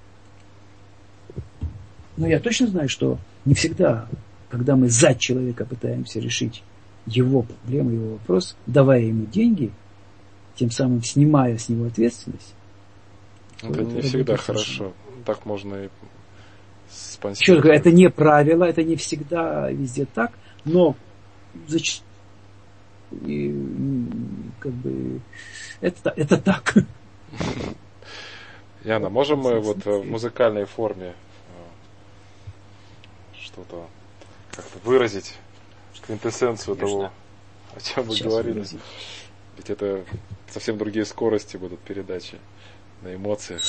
Speaker 2: Но я точно знаю, что не всегда, когда мы за человека пытаемся решить его проблему, его вопрос, давая ему деньги, тем самым снимая с него ответственность.
Speaker 3: Это не всегда хорошо. Так можно и спонсировать.
Speaker 2: Еще раз говорю, это не правило, это не всегда везде так, но зачастую как бы это так.
Speaker 3: Яна, можем мы вот в музыкальной форме что-то как-то выразить, квинтэссенцию того, о чем вы говорили? Ведь это совсем другие скорости будут передачи на эмоциях.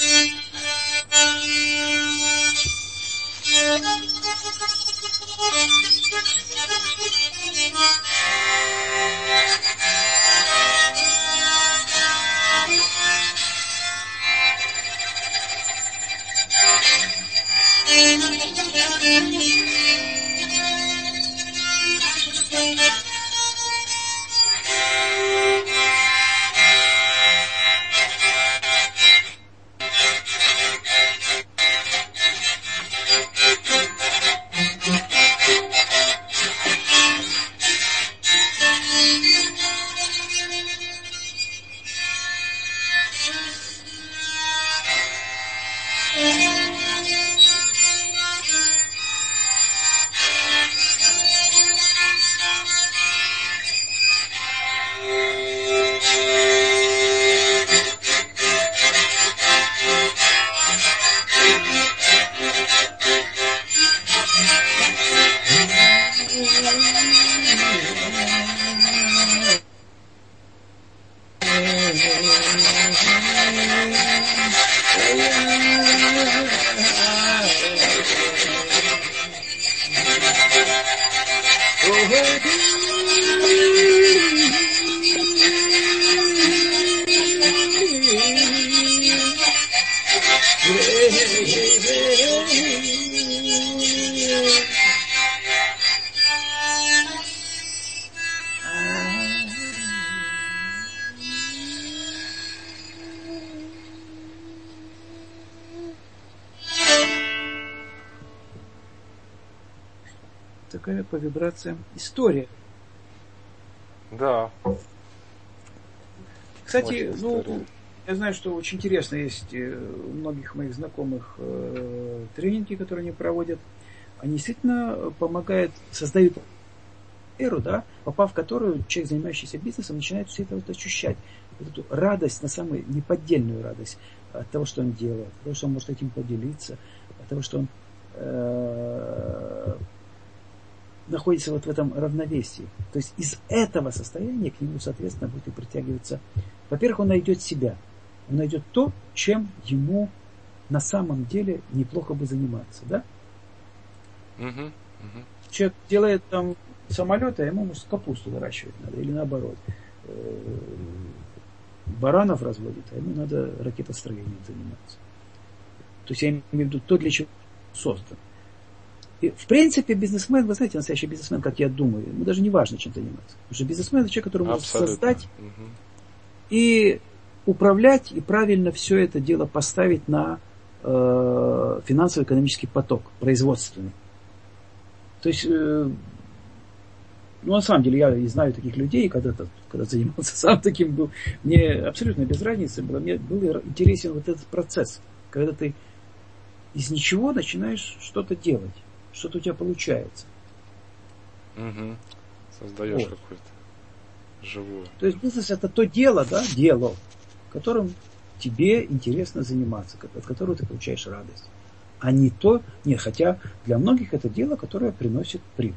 Speaker 2: Такая по вибрациям история.
Speaker 3: Да.
Speaker 2: Кстати, я знаю, что очень интересно есть у многих моих знакомых тренинги, которые они проводят. Они действительно помогают, создают эру, да, попав в которую человек, занимающийся бизнесом, начинает все это вот ощущать. Вот эту радость, на самую неподдельную радость от того, что он делает, от того, что он может этим поделиться, от того, что он находится вот в этом равновесии. То есть из этого состояния к нему, соответственно, будет и притягиваться. Во-первых, он найдет себя. Он найдет то, чем ему на самом деле неплохо бы заниматься. Да? Человек делает там самолеты, а ему, может, капусту выращивать надо. Или наоборот. Баранов разводит, а ему надо ракетостроением заниматься. То есть я имею в виду то, для чего создан. И, в принципе, бизнесмен, вы знаете, настоящий бизнесмен, как я думаю, ему даже не важно, чем заниматься. Потому что бизнесмен – это человек, который может создать и управлять, и правильно все это дело поставить на финансово-экономический поток, производственный. То есть, на самом деле, я и знаю таких людей, когда занимался сам таким был, мне абсолютно без разницы было, мне был интересен вот этот процесс, когда ты из ничего начинаешь что-то делать. Что-то у тебя получается.
Speaker 3: Создаешь какую-то живую.
Speaker 2: То есть бизнес это то дело, да, дело, которым тебе интересно заниматься, от которого ты получаешь радость. А не то, нет, хотя для многих это дело, которое приносит прибыль.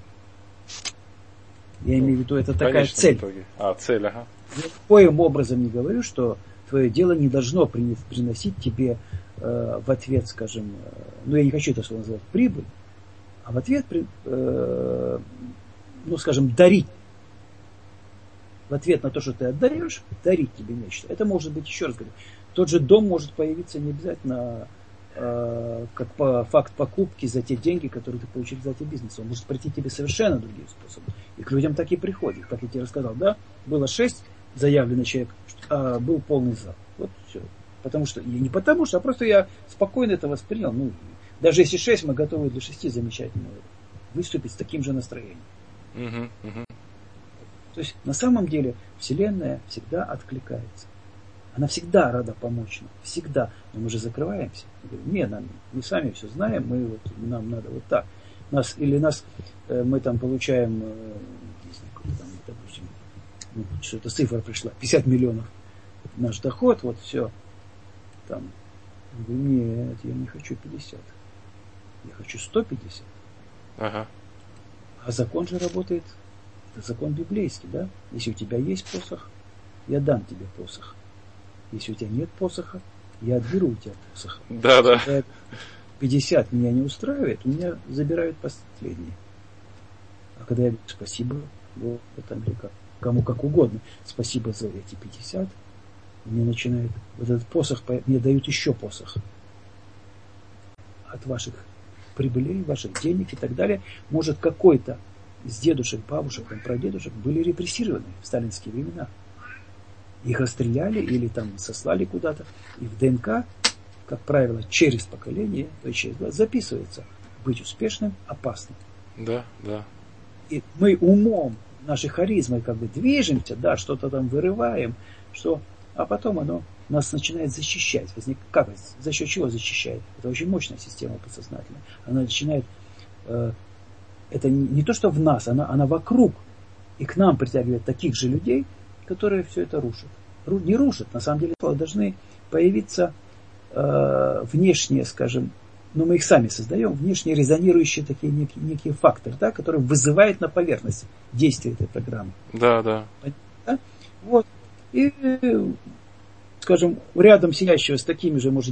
Speaker 2: Я имею в виду, это такая цель.
Speaker 3: Цель, ага.
Speaker 2: Я никоим образом не говорю, что твое дело не должно приносить тебе в ответ, скажем, я не хочу это слово называть прибыль, а в ответ, скажем, дарить. В ответ на то, что ты отдаешь, дарить тебе нечто. Это может быть, еще раз говорю, тот же дом может появиться не обязательно как факт покупки за те деньги, которые ты получил за эти бизнесы. Он может прийти тебе совершенно другим способом. И к людям так и приходит. Как я тебе рассказал, да? Было 6 заявленных человек, а был полный зал. Вот все. Потому что, не потому что, а просто я спокойно это воспринял. Даже если 6, мы готовы для 6 замечательно выступить с таким же настроением. То есть, на самом деле, Вселенная всегда откликается. Она всегда рада помочь нам. Всегда. Но мы же закрываемся. Мы говорим, мы сами все знаем, нам надо вот так. Мы там получаем, не знаю, там, допустим, что-то цифра пришла, 50 миллионов наш доход, вот все. Там, я говорю, нет, я не хочу 50. Я хочу 150.
Speaker 3: Ага.
Speaker 2: А закон же работает, это закон библейский, да? Если у тебя есть посох, я дам тебе посох. Если у тебя нет посоха, я отберу у тебя посох.
Speaker 3: Да.
Speaker 2: Если 50 меня не устраивает, у меня забирают последние. А когда я говорю спасибо, вот там или кому как угодно, спасибо за эти 50, мне начинает вот этот посох, мне дают еще посох. От ваших прибылей, ваших денег и так далее. Может, какой-то из дедушек, бабушек, прадедушек были репрессированы в сталинские времена. Их расстреляли или там сослали куда-то. И в ДНК, как правило, через поколение, то есть через год, записывается быть успешным, опасным.
Speaker 3: Да.
Speaker 2: И мы умом, нашей харизмой как бы движемся, да, что-то там вырываем, а потом оно нас начинает защищать. За счет чего защищает? Это очень мощная система подсознательная. Она начинает, это не то, что в нас, она вокруг. И к нам притягивает таких же людей, которые все это рушат. Не рушат, на самом деле должны появиться внешние, скажем, мы их сами создаем, внешне резонирующие такие некие факторы, да, которые вызывают на поверхность действия этой программы.
Speaker 3: Да.
Speaker 2: Да? Вот. И, скажем, рядом сидящего с такими же, может,